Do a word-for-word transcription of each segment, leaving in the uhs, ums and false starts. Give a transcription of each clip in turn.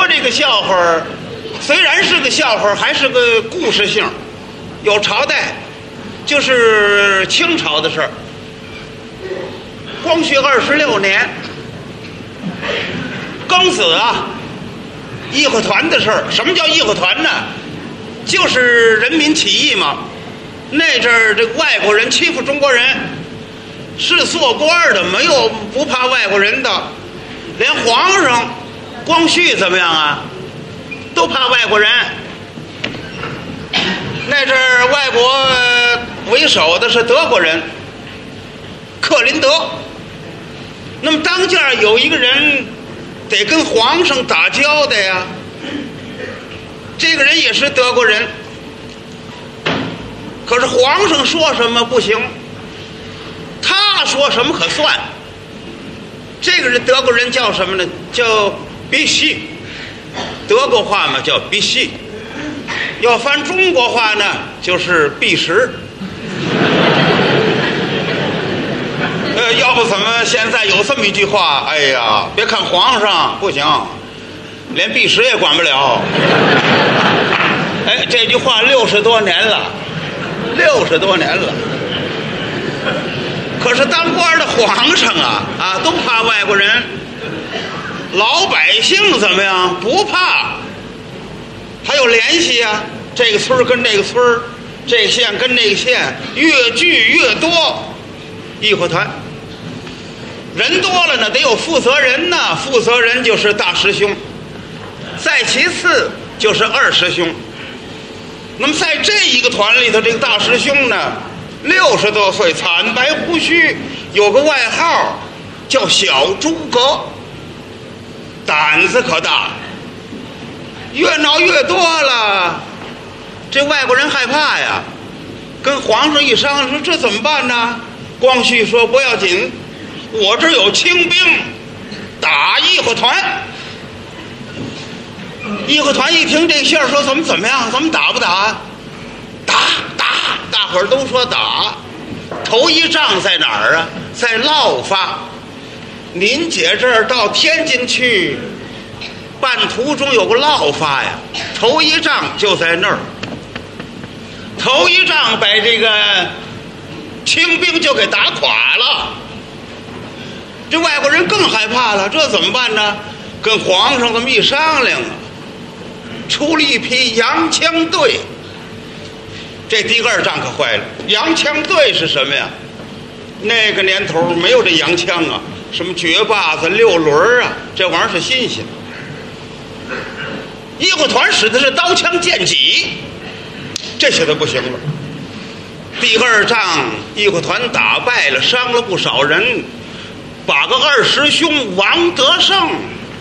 这个笑话虽然是个笑话，还是个故事性，有朝代，就是清朝的事儿。光绪二十六年，庚子啊，义和团的事儿。什么叫义和团呢？就是人民起义嘛。那阵儿这外国人欺负中国人，是做官的没有不怕外国人的，连皇上光绪怎么样啊，都怕外国人。那阵儿外国为首的是德国人克林德，那么当家有一个人得跟皇上打交道呀，这个人也是德国人，可是皇上说什么不行，他说什么可算。这个人德国人叫什么呢？叫必须，德国话嘛叫必须，要翻中国话呢就是必实。呃，要不怎么现在有这么一句话？哎呀，别看皇上不行，连必实也管不了。哎，这句话六十多年了，六十多年了。可是当官的皇上啊啊，都怕外国人，老百姓怎么样？不怕，还有联系啊。这个村跟这个村，这个县跟那个县，越聚越多。义和团人多了呢，得有负责人呢，负责人就是大师兄，再其次就是二师兄。那么在这一个团里头，这个大师兄呢，六十多岁，惨白胡须，有个外号叫小诸葛，胆子可大，越闹越多了，这外国人害怕呀，跟皇上一商量说这怎么办呢？光绪说不要紧，我这有清兵打义和团。义和团一听这信儿，说怎么怎么样，咱们打不打？打打，大伙儿都说打。头一仗在哪儿啊？在lau发。您姐这儿到天津去，半途中有个lau发呀，头一仗就在那儿。头一仗把这个清兵就给打垮了，这外国人更害怕了，这怎么办呢？跟皇上这么一商量啊，出了一批洋枪队。这第二仗可坏了，洋枪队是什么呀？那个年头没有这洋枪啊，什么绝把子、六轮啊，这玩意儿是新鲜。义和团使的是刀枪剑戟，这些都不行了。第二仗义和团打败了，伤了不少人，把个二师兄王德胜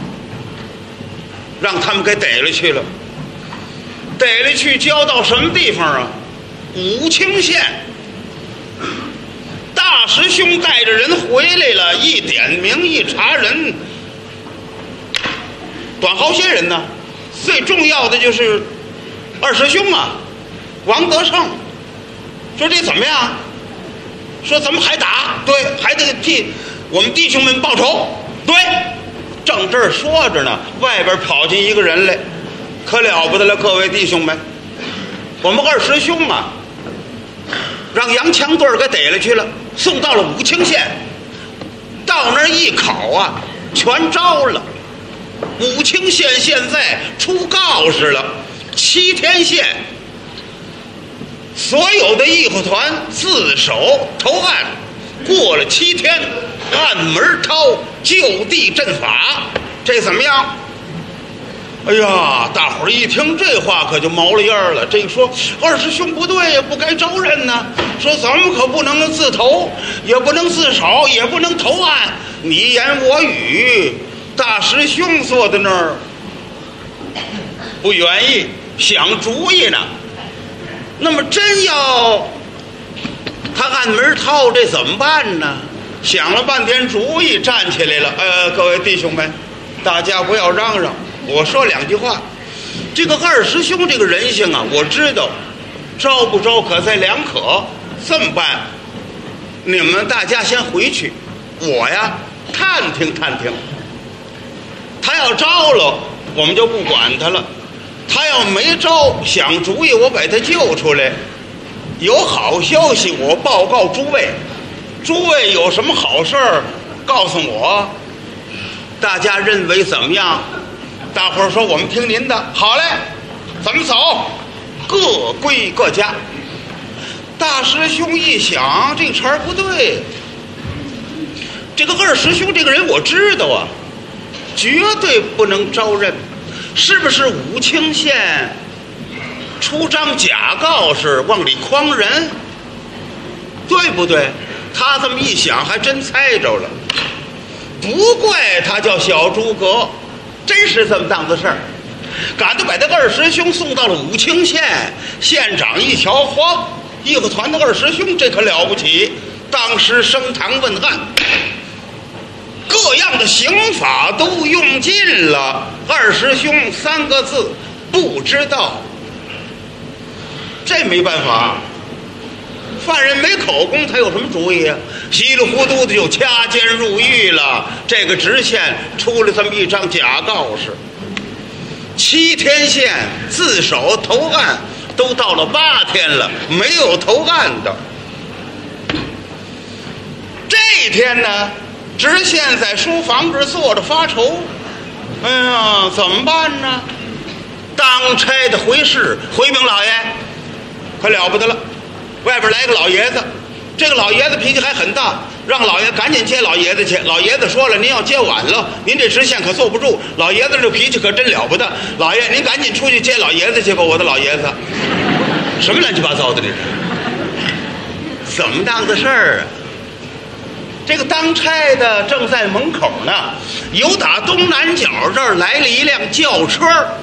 让他们给逮了去了。逮了去交到什么地方啊？武清县。大师兄带着人回来了，一点名一查人，短好些人呢，最重要的就是二师兄啊，王德胜。说这怎么样？说咱们还打？对，还得替我们弟兄们报仇。对，正这儿说着呢，外边跑进一个人来，可了不得了，各位弟兄们，我们二师兄啊，让洋枪队给逮了去了，送到了武清县。到那儿一考啊，全招了。武清县现在出告示了，七天县。所有的义和团自首投案，过了七天，按门掏，就地正法。这怎么样？哎呀，大伙儿一听这话可就毛了样了。这个说二师兄不对呀，不该招认呢。说咱们可不能自投，也不能自首，也不能投案。你言我语，大师兄坐在那儿不愿意，想主意呢。那么真要他按门掏，这怎么办呢？想了半天主意，站起来了。呃，各位弟兄们，大家不要嚷嚷，我说两句话。这个二师兄这个人性啊，我知道，招不招可在两可。这么办，你们大家先回去，我呀探听探听。他要招了， 我们就不管他了。他要没招想主意，我把他救出来。有好消息我报告诸位，诸位有什么好事儿告诉我。大家认为怎么样？大伙儿说我们听您的。好嘞，怎么走？各归各家。大师兄一想，这个茬儿不对，这个二师兄这个人我知道啊，绝对不能招认。是不是武清县出张假告示往里诓人？对不对？他这么一想还真猜着了。不怪他叫小诸葛，真是这么档子事儿。赶得把这二师兄送到了武清县，县长一瞧，嚯，义和团的二师兄这可了不起，当时升堂问案，各样的刑法都用尽了，二师兄三个字不知道。这没办法，犯人没口供，他有什么主意啊？稀里糊涂的就掐监入狱了。这个知县出了这么一张假告示，七天县自首投案，都到了八天了，没有投案的。这一天呢，知县在书房这坐着发愁，哎呀，怎么办呢？当差的回事，回禀老爷，可了不得了，外边来个老爷子，这个老爷子脾气还很大，让老爷赶紧接老爷子去。老爷子说了，您要接晚了，您这知县可坐不住。老爷子这脾气可真了不得，老爷您赶紧出去接老爷子去吧，我的老爷子。什么乱七八糟的这是？怎么当的事儿啊？这个当差的正在门口呢，由打东南角这儿来了一辆轿车。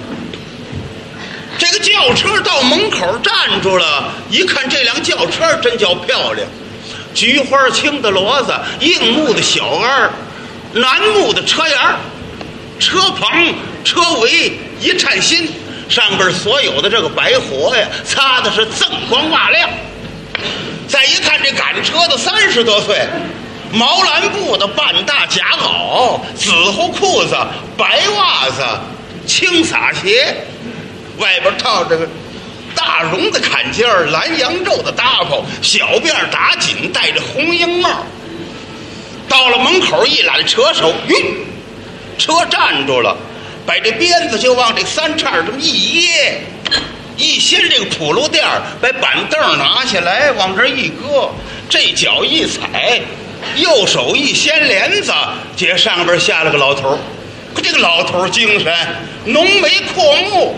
这个轿车到门口站住了，一看这辆轿车真叫漂亮，菊花青的骡子，硬木的小鞍，楠木的车沿，车棚车尾一颤新，上边所有的这个白火呀，擦的是锃光瓦亮。再一看这赶车的三十多岁，毛蓝布的半大夹袄，紫乎裤子，白袜子，青洒鞋，外边套着个大绒的坎肩儿，蓝羊皱的搭袍，小辫打紧，戴着红缨帽。到了门口一揽车手，哟，车站住了，把这鞭子就往这三叉这么一掖，一掀这个铺路垫儿，把板凳拿下来往这一搁，这脚一踩，右手一掀帘子，这上边下了个老头。可这个老头精神，浓眉阔目，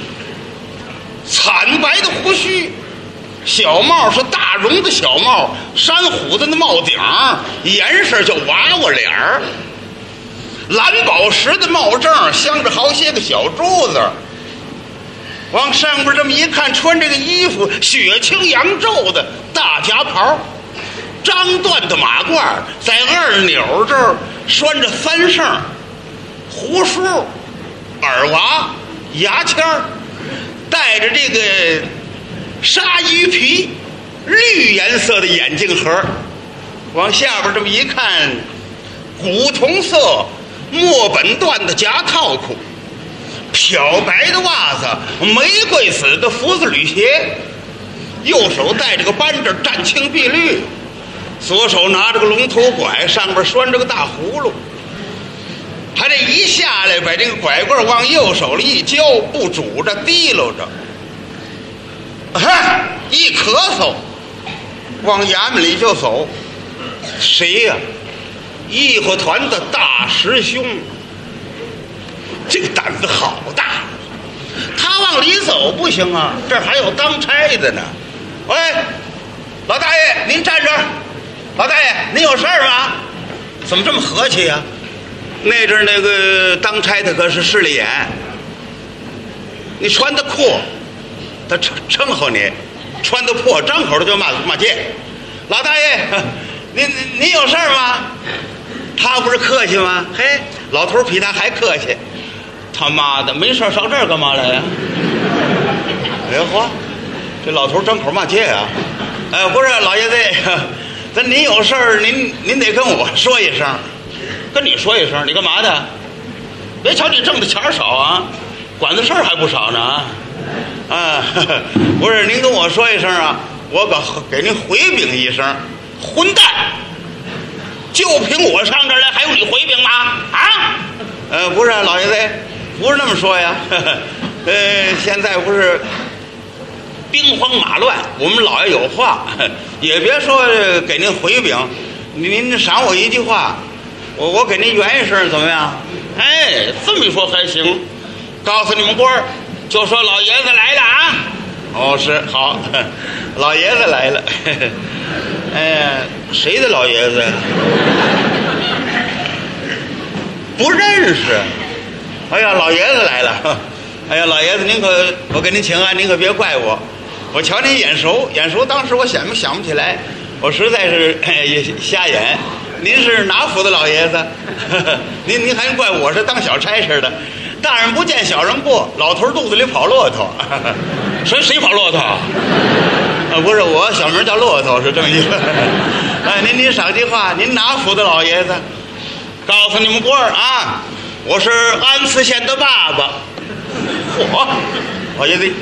惨白的胡须，小帽是大绒的小帽，山虎子的帽顶，颜色叫娃娃脸儿，蓝宝石的帽正镶着好些个小珠子。往上边这么一看，穿这个衣服血青扬皱的大夹袍，张断的马褂，在二钮这儿拴着三绳，胡梳、耳娃、牙签儿，带着这个鲨鱼皮绿颜色的眼镜盒。往下边这么一看，古铜色墨本缎的夹套裤，漂白的袜子，玫瑰紫的福子履鞋，右手戴着个扳着湛青碧绿，左手拿着个龙头拐，上边拴着个大葫芦。他这一下来，把这个拐棍往右手里一交，不拄着提溜着，啊，一咳嗽，往衙门里就走。谁呀、啊？义和团的大师兄。这个胆子好大，他往里走不行啊，这儿还有当差的呢。喂，老大爷，您站这儿。老大爷，您有事儿吗？怎么这么和气呀、啊？那阵儿那个当差的可是势利眼，你穿的阔，他称称呼你；穿的破，张口就骂骂街。老大爷，您您有事儿吗？他不是客气吗？嘿，老头比他还客气。他妈的，没事上这儿干嘛来呀？哎呀嚯，这老头张口骂街啊！哎，不是老爷子，咱您有事儿，您您得跟我说一声，跟你说一声，你干嘛的？ 别瞧你挣的钱少啊，管的事儿还不少呢啊！啊，不是，您跟我说一声啊，我可给您回禀一声，混蛋！就凭我上这儿来，还用你回禀吗？啊？呃，不是、啊，老爷子，不是那么说呀。呵呵呃，现在不是兵荒马乱，我们老爷有话，也别说给您回禀，您赏我一句话，我我给您圆一声，怎么样？哎，这么一说还行。告诉你们官儿，就说老爷子来了啊。哦，是好，老爷子来了。哎呀，谁的老爷子呀？不认识。哎呀，老爷子来了。哎呀，老爷子您可，我给您请安，您可别怪我。我瞧您眼熟，眼熟，当时我想想不起来，我实在是也瞎眼。您是哪府的老爷子？您您还怪我是当小差似的。大人不见小人过，老头肚子里跑骆驼。谁谁跑骆驼？啊，不是我，小名叫骆驼，是这么意思。哎，您您赏句话，您哪府的老爷子？告诉你们官儿啊，我是安慈县的爸爸。嚯，老爷子，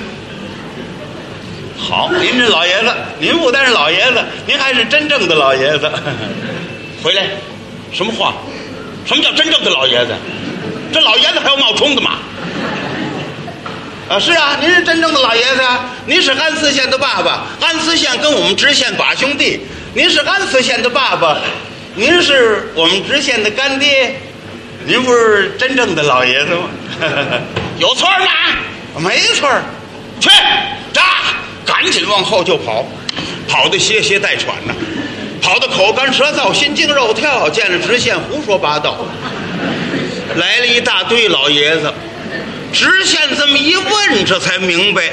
好，您这老爷子，您不但是老爷子，您还是真正的老爷子。回来，什么话？什么叫真正的老爷子？这老爷子还要冒充的吗？啊，是啊，您是真正的老爷子啊！您是安慈县的爸爸，安慈县跟我们知县把兄弟，您是安慈县的爸爸，您是我们知县的干爹，您不是真正的老爷子吗？有错吗？没错。去，扎，赶紧往后就跑，跑得歇歇带喘呢，跑得口干舌燥，心惊肉跳，见了知县胡说八道。来了一大堆老爷子，知县这么一问，这才明白。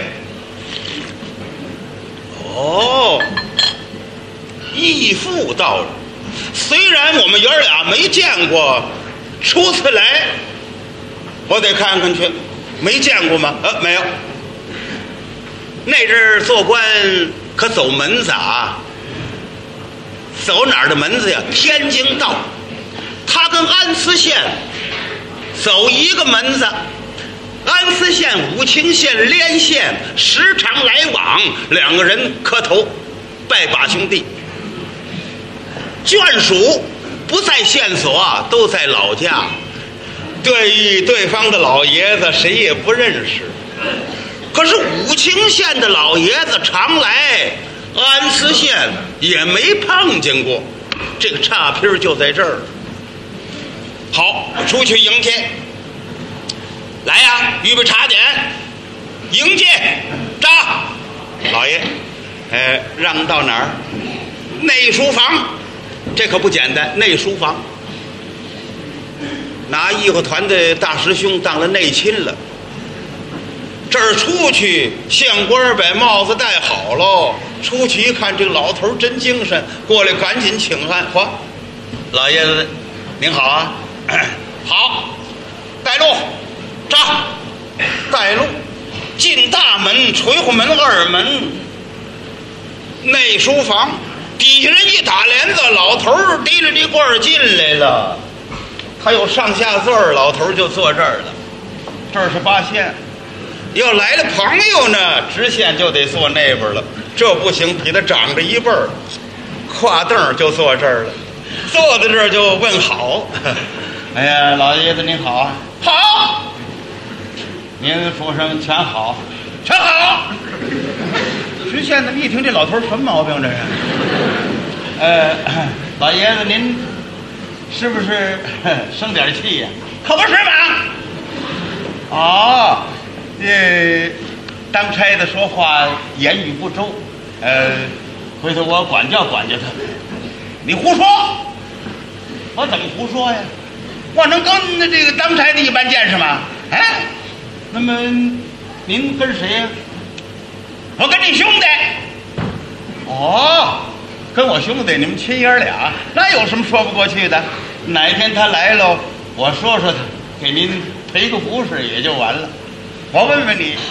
哦，义父到了。虽然我们爷儿俩没见过，初次来，我得看看去。没见过吗？呃，没有。那阵儿做官可走门子啊，走哪儿的门子呀？天津道。他跟安慈县走一个门子，安慈县、武清县连县，时常来往，两个人磕头拜把兄弟。眷属不在县所，都在老家。对于对方的老爷子，谁也不认识。可是武清县的老爷子常来，安慈县也没碰见过，这个差评就在这儿。好，出去迎接。来呀，预备茶点，迎接，扎。老爷，呃，让到哪儿？内书房，这可不简单。内书房，拿义和团的大师兄当了内亲了。这儿出去，县官把帽子戴好喽。出去一看，这个老头真精神，过来赶紧请安。嚯，老爷子，您好啊！好，带路。扎，带路，进大门，垂户门二门，内书房，底下人一打帘子，老头儿提着这棍儿进来了。他有上下座儿，老头儿就坐这儿了。这儿是八县，要来了朋友呢，知县就得坐那边了。这不行，比他长着一辈儿，跨凳就坐这儿了。坐在这儿就问好。哎呀，老爷子您好啊！好。您府上全好，全好。知县怎么一听这老头什么毛病这是？呃，老爷子您是不是生点气呀？可不是嘛。哦，这当差的说话言语不周，呃，回头我管教管教他。你胡说！我怎么胡说呀？我能跟这个当差的一般见识吗？哎。那么，您跟谁呀？我跟你兄弟。哦，跟我兄弟，你们亲爷俩，那有什么说不过去的？哪一天他来了，我说说他，给您赔个不是也就完了。我问问你，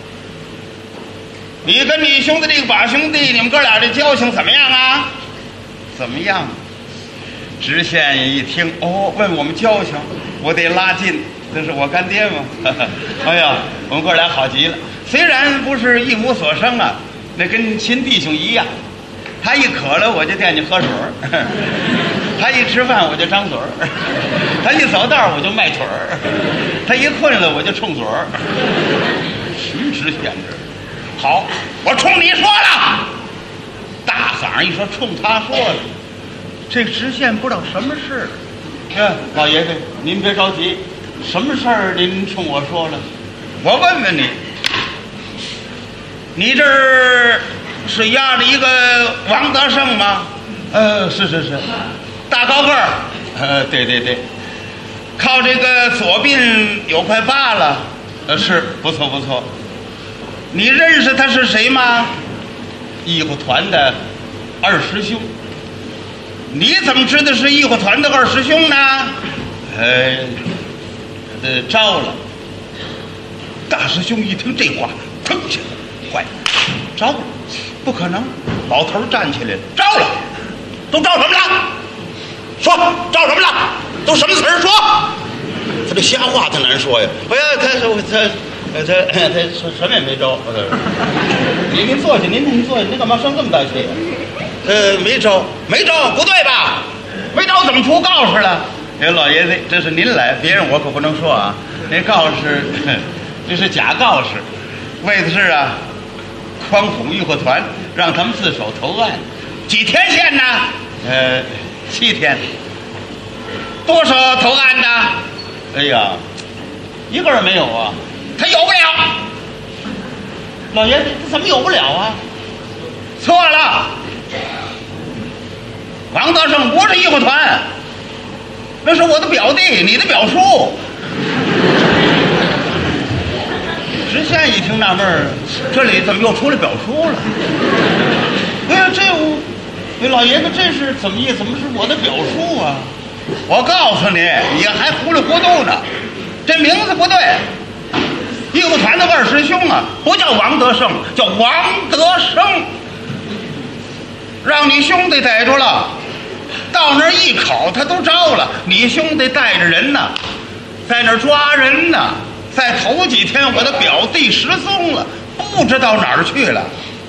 你跟你兄弟这个把兄弟，你们哥俩这交情怎么样啊？怎么样？知县一听，哦，问我们交情，我得拉近。 这是我干爹吗？哎呀，我们哥俩好极了。虽然不是一母所生啊，那跟亲弟兄一样。他一渴了我就惦记喝水儿，他一吃饭我就张嘴儿，他一走道我就迈腿儿，他一困了我就冲嘴儿。虚实限制。好，我冲你说了，大嗓一说，冲他说了。这个知县不知道什么事。哎，老爷子，您别着急，什么事儿您冲我说了？我问问你，你这儿是押着一个王德胜吗？呃，是是是，大高个儿。呃，对对对，靠这个左鬓有块疤了。呃，是，不错不错。你认识他是谁吗？义和团的二师兄。你怎么知道是义和团的二师兄呢？呃，呃，招了。大师兄一听这话，腾起来，坏了，招了，不可能！老头站起来了，招了，都招什么了？说招什么了？都什么词儿说？他这瞎话他难说呀！不要，他说他。呃，他他什么也没招。您您坐下，您您坐下，您干嘛生这么大气？呃，没招，没招，不对吧？没招怎么出告示了？哎，老爷子，这是您来，别人我可不能说啊。那告示这是假告示，为的是啊，匡扶义和团，让他们自首投案。几天限呢？呃，七天。多少投案的？哎呀，一个人没有啊。他有不了，老爷子，他怎么有不了啊？错了，王德胜不是义和团，那是我的表弟，你的表叔。知县一听纳闷儿，这里怎么又出来表叔了？哎呀，这我，哎，老爷子，这是怎么意思？怎么是我的表叔啊？我告诉你，你还糊里糊涂呢，这名字不对。义和团的二师兄啊，不叫王德胜，叫王德生。让你兄弟逮住了，到那儿一考，他都招了。你兄弟带着人呢，在那儿抓人呢。在头几天，我的表弟失踪了，不知道哪儿去了，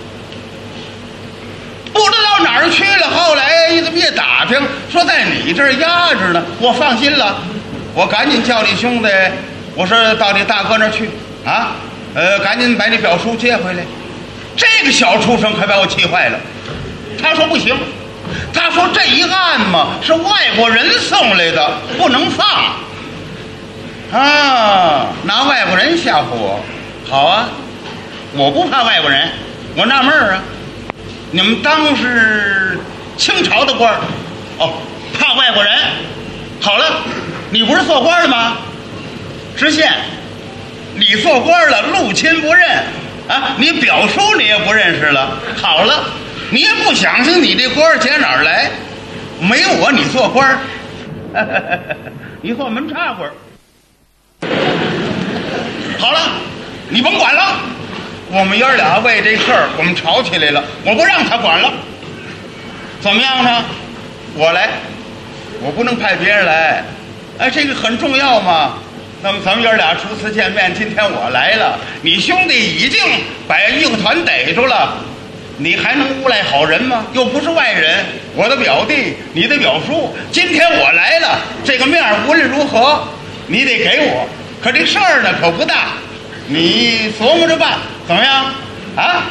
不知道哪儿去了。后来一这么一打听，说在你这儿压着呢。我放心了，我赶紧叫你兄弟，我说到你大哥那儿去。啊，呃，赶紧把你表叔接回来。这个小畜生可把我气坏了。他说不行，他说这一案嘛是外国人送来的，不能放。啊，拿外国人吓唬我。好啊，我不怕外国人，我纳闷儿啊，你们当是清朝的官儿，哦，怕外国人。好了，你不是做官的吗？知县。你做官了，陆亲不认啊！你表叔你也不认识了。好了，你也不想想你这官捡哪儿来？没我你做官，你做门插官。好了，你甭管了。我们爷儿俩为这事儿我们吵起来了，我不让他管了。怎么样呢？我来，我不能派别人来。哎，这个很重要嘛。那么咱们爷俩初次见面，今天我来了，你兄弟已经把义和团逮住了，你还能诬赖好人吗？又不是外人，我的表弟，你的表叔，今天我来了，这个面无论如何你得给我。可这事儿呢可不大，你琢磨着办，怎么样？啊？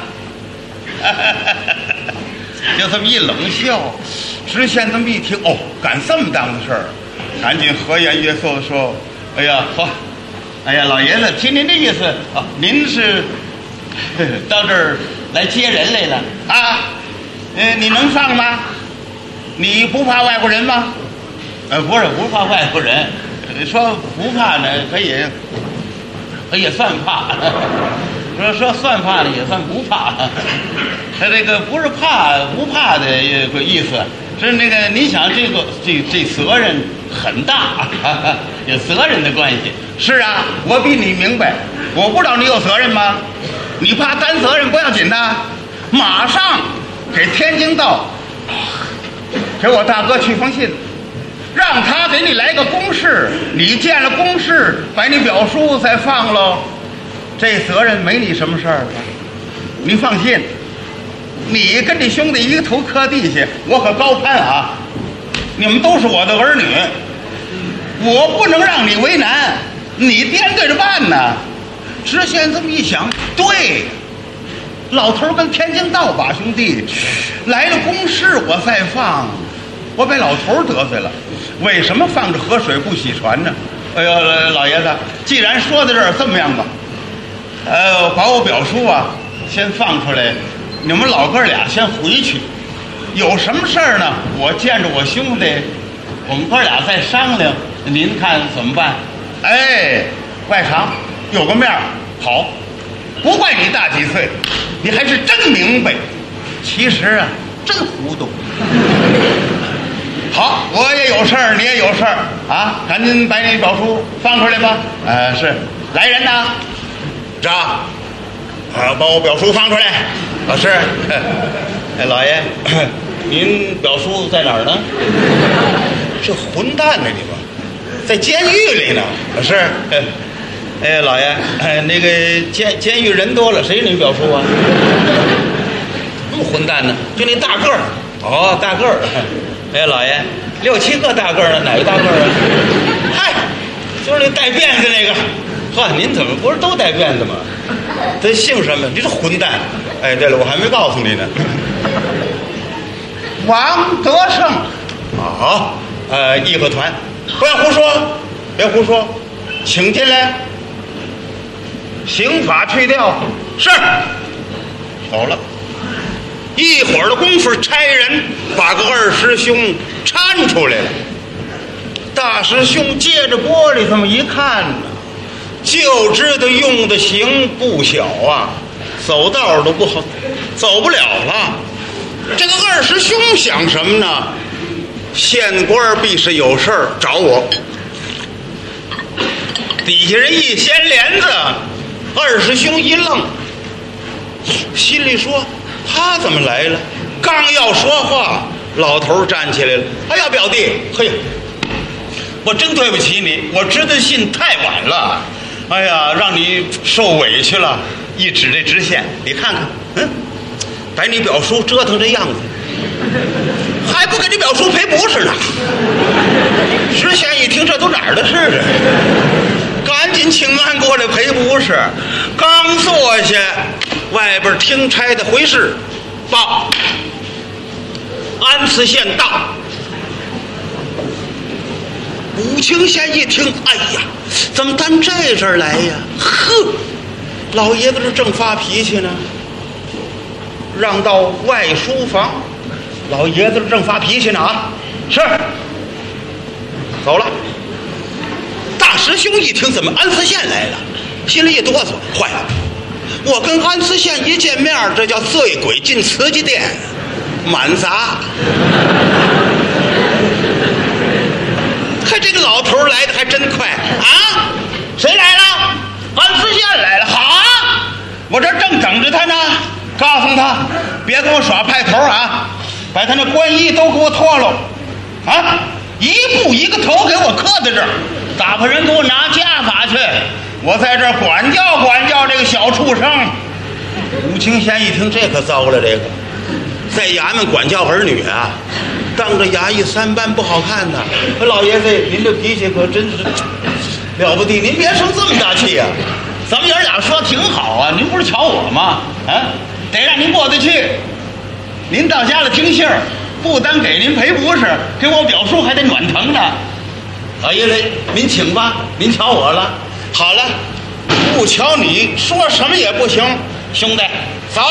就这么一冷笑，知县这么一听，哦，干这么当的事儿，赶紧和颜悦色的说。哎呀，好，哎呀，老爷子，听您这意思啊，您是呵呵到这儿来接人来了啊？呃，你能放吗？你不怕外国人吗？呃，不是，不怕外国人，说不怕呢，可以，也算怕。说说算怕的，也算不怕。他这个不是怕不怕的一个意思，是那个你想这个这这责任很大，有责任的关系。是啊，我比你明白，我不知道你有责任吗？你怕担责任不要紧的，马上给天津道，给我大哥去封信， 让他给你来个公示，你见了公示，把你表叔再放喽。这责任没你什么事儿了，你放心。你跟你兄弟一个头磕地下，我可高攀啊！你们都是我的儿女，我不能让你为难，你掂对着办呢。知县这么一想，对，老头跟天津道把兄弟来了公事，我再放，我把老头得罪了。为什么放着河水不洗船呢？哎呦，老爷子，既然说到这儿，这么样吧，呃，把我表叔啊先放出来，你们老哥俩先回去。有什么事儿呢？我见着我兄弟，我们哥俩再商量，您看怎么办？哎，外常有个面儿好，不怪你大几岁，你还是真明白。其实啊，真糊涂。好，我也有事儿，你也有事儿啊，赶紧把你表叔放出来吧。呃，是，来人呐，这，啊，把我表叔放出来。啊，是。哎，老爷，您表叔在哪儿呢？这混蛋呢，你们在监狱里呢。啊，是。哎，老爷，哎，那个监监狱人多了，谁是你表叔啊？那么混蛋呢？就那大个儿。哦，大个儿。哎，老爷，六七个大个儿呢，哪个大个儿啊？嗨，就是那带辫子那个。呵，您怎么不是都带辫子吗？他姓什么？你这混蛋！哎，对了，我还没告诉你呢。王德胜。好，呃，义和团，不要胡说，别胡说，请进来。刑法去掉。是。好了。一会儿的功夫，差人把个二师兄搀出来了。大师兄借着玻璃这么一看呢，就知道用的刑不小啊，走道都不好，走不了了。这个二师兄想什么呢？县官必是有事儿找我。底下人一掀帘子，二师兄一愣，心里说他怎么来了？刚要说话，老头站起来了。哎呀，表弟，嘿，我真对不起你，我知道信太晚了。哎呀，让你受委屈了。一指这知县，你看看，嗯，把你表叔折腾这样子，还不给你表叔赔不是呢？知县一听，这都哪儿的事啊？赶紧请安过来赔不是。刚坐下，外边听差的回事，报安慈县到。武清县一听，哎呀，怎么单这事儿来呀？呵，老爷子这正发脾气呢，让到外书房。老爷子正发脾气呢啊！是，走了。大师兄一听，怎么安慈县来了？心里一哆嗦，坏了！我跟安慈县一见面，这叫醉鬼进瓷器店，满砸。看这个老头来的还真快啊！谁来了？安慈县来了。好啊，我这正等着他呢。告诉他，别跟我耍派头啊！把他那官衣都给我脱了啊！一步一个头给我磕在这儿，打发人给我拿家法去。我在这儿管教管教这个小畜生。武清县一听，这可糟了，这个在衙门管教儿女啊，当着衙役三班不好看呐。说老爷子，您这脾气可真是了不地，您别生这么大气呀、啊！咱们爷俩说挺好啊，您不是瞧我吗？啊，得让您过得去。您到家了听信儿，不单给您赔不是，给我表叔还得暖腾呢。老爷子，您请吧，您瞧我了。好了，不瞧你说什么也不行，兄弟，走。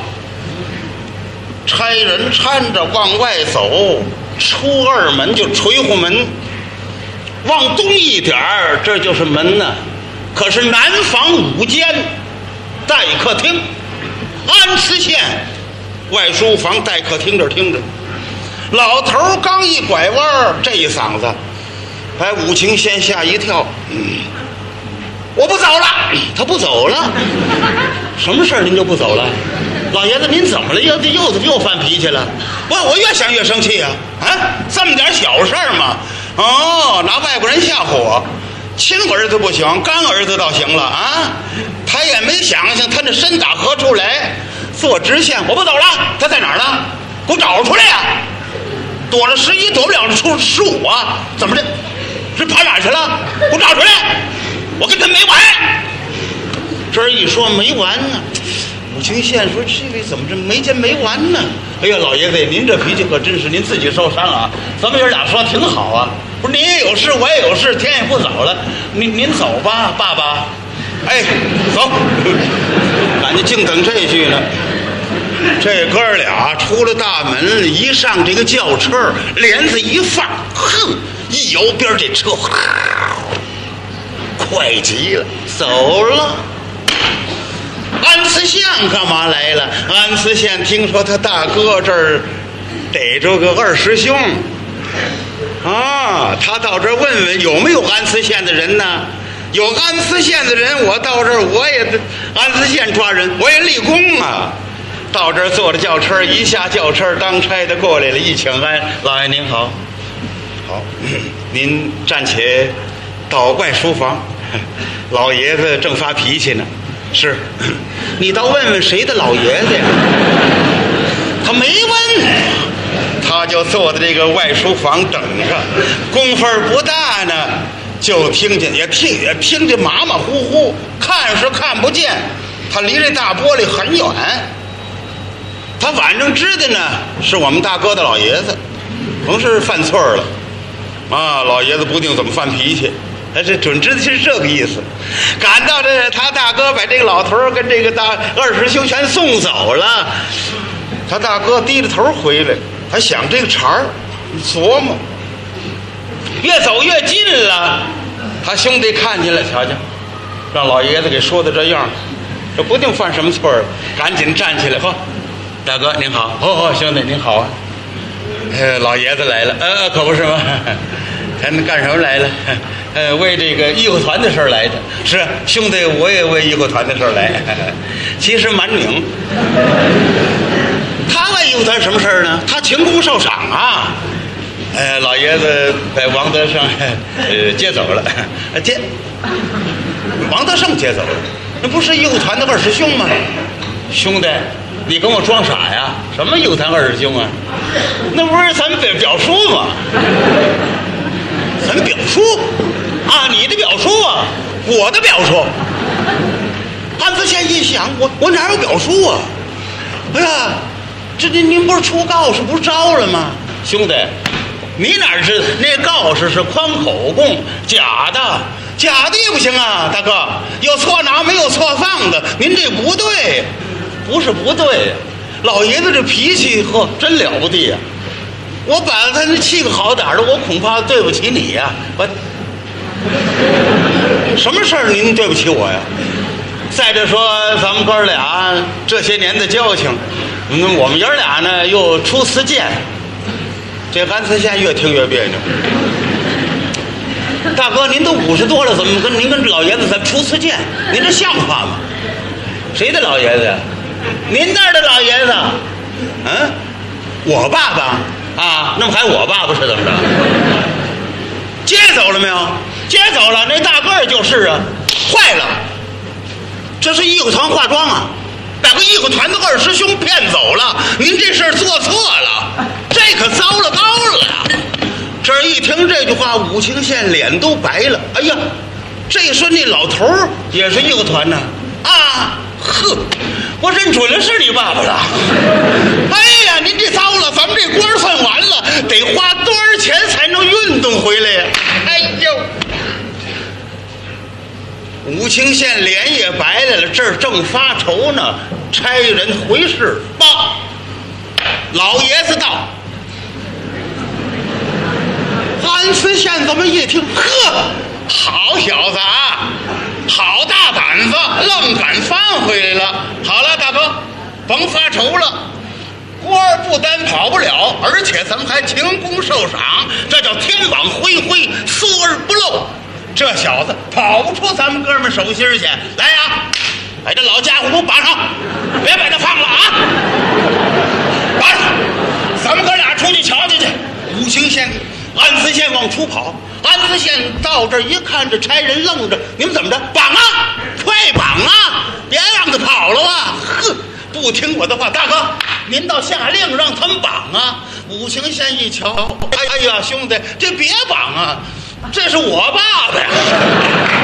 差人搀着往外走，出二门就垂户门，往东一点儿，这就是门呢。可是南房五间，待客厅，安慈县外书房待客厅这听着。老头刚一拐弯，这一嗓子把武清县吓一跳。嗯，我不走了。他不走了？什么事儿您就不走了？老爷子，您怎么了？又又又犯脾气了？我我越想越生气啊！啊，这么点小事儿嘛， 哦，拿外国人吓唬我，亲儿子不行，干儿子倒行了啊！他也没想想，他那身打何处来？做直线，我不走了，他在哪儿呢？给我找出来呀！躲了十一，躲不了出十五啊！怎么的？是跑哪儿去了？给我找出来！我跟他没完。这儿一说没完呢，武清县说这位怎么这没完没完呢？哎呀，老爷子，您这脾气可真是您自己受伤啊！咱们爷俩说挺好啊，不是您也有事，我也有事，天也不早了，您您走吧，爸爸。哎，走，俺家净等这句呢。这哥俩出了大门，一上这个轿车，帘子一放，哼，一摇边，这车快极了，走了。安慈县干嘛来了？安慈县听说他大哥这儿逮着个二师兄啊，他到这儿问问有没有安慈县的人呢？有安慈县的人，我到这儿我也安慈县抓人，我也立功啊。到这儿坐着轿车，一下轿车，当差的过来了，一请安，老爷您好，好，您暂且到外书房，老爷子正发脾气呢。是，你倒问问谁的老爷子呀？他没问，他就坐在这个外书房等着，功夫不大呢，就听见也听也听见马马虎虎，看是看不见，他离这大玻璃很远。他反正知道呢，是我们大哥的老爷子，甭是犯错了，啊，老爷子不定怎么犯脾气，他这准知道是这个意思。赶到这，他大哥把这个老头跟这个大二师兄全送走了，他大哥低着头回来，还想这个茬儿，琢磨，越走越近了。他兄弟看见了，瞧瞧，让老爷子给说的这样，这不定犯什么错了，赶紧站起来，呵。大哥您好，哦哦，兄弟您好啊，呃，老爷子来了，呃，可不是吗？他们干什么来了？呃，为这个义和团的事儿来着。是兄弟，我也为义和团的事儿来。其实蛮拧。他为义和团什么事儿呢？他勤功受赏啊。呃，老爷子把王德胜呃接走了，接王德胜接走了，那不是义和团的二师兄吗？兄弟。你跟我装傻呀？什么义和团二师兄啊？那不是咱们表表叔吗？咱表叔啊，你的表叔啊，我的表叔。安慈县一想，我我哪有表叔啊？哎呀，这您您不是出告示不是招了吗？兄弟，你哪知道那告示是宽口供，假的，假的也不行啊，大哥，有错拿没有错放的，您这不对。不是不对呀，老爷子这脾气呵真了不得呀！我把他那气个好点的，我恐怕对不起你呀！我什么事儿您对不起我呀？再者说咱们哥俩这些年的交情，嗯，我们爷俩呢又初次见，这安慈县越听越别扭。大哥，您都五十多了，怎么跟您跟老爷子咱初次见？您这像话吗？谁的老爷子呀？您那儿的老爷子，嗯，我爸爸啊，那么还我爸爸是怎么着？接走了没有？接走了，那大个儿就是啊，坏了，这是义和团化妆啊，把个义和团的二师兄骗走了，您这事儿做错了，这可糟了糕了。这儿一听这句话，武清县脸都白了。哎呀，这说那老头儿也是义和团呢，啊！呵，我认准了是你爸爸了。哎呀，您这糟了，咱们这官算完了，得花多少钱才能运动回来呀？哎呦，武清县脸也白来了，这儿正发愁呢，差人回事报，老爷子到。安慈县怎么一听，呵，好小子啊！好大胆子，愣敢翻回来了。好了，大哥，甭发愁了，官儿不单跑不了，而且咱们还勤功受赏，这叫天网恢恢，疏而不漏。这小子跑不出咱们哥们手心去。来呀，把这老家伙给我绑上，别把他放了啊！绑上，咱们哥俩出去瞧瞧去。武清县安慈县往出跑，安慈县到这儿一看，这差人愣着，你们怎么着？绑啊，快绑啊，别让他跑了啊！呵，不听我的话，大哥，您倒下令让他们绑啊！五行县一瞧，哎呀，兄弟，这别绑啊，这是我爸爸呀！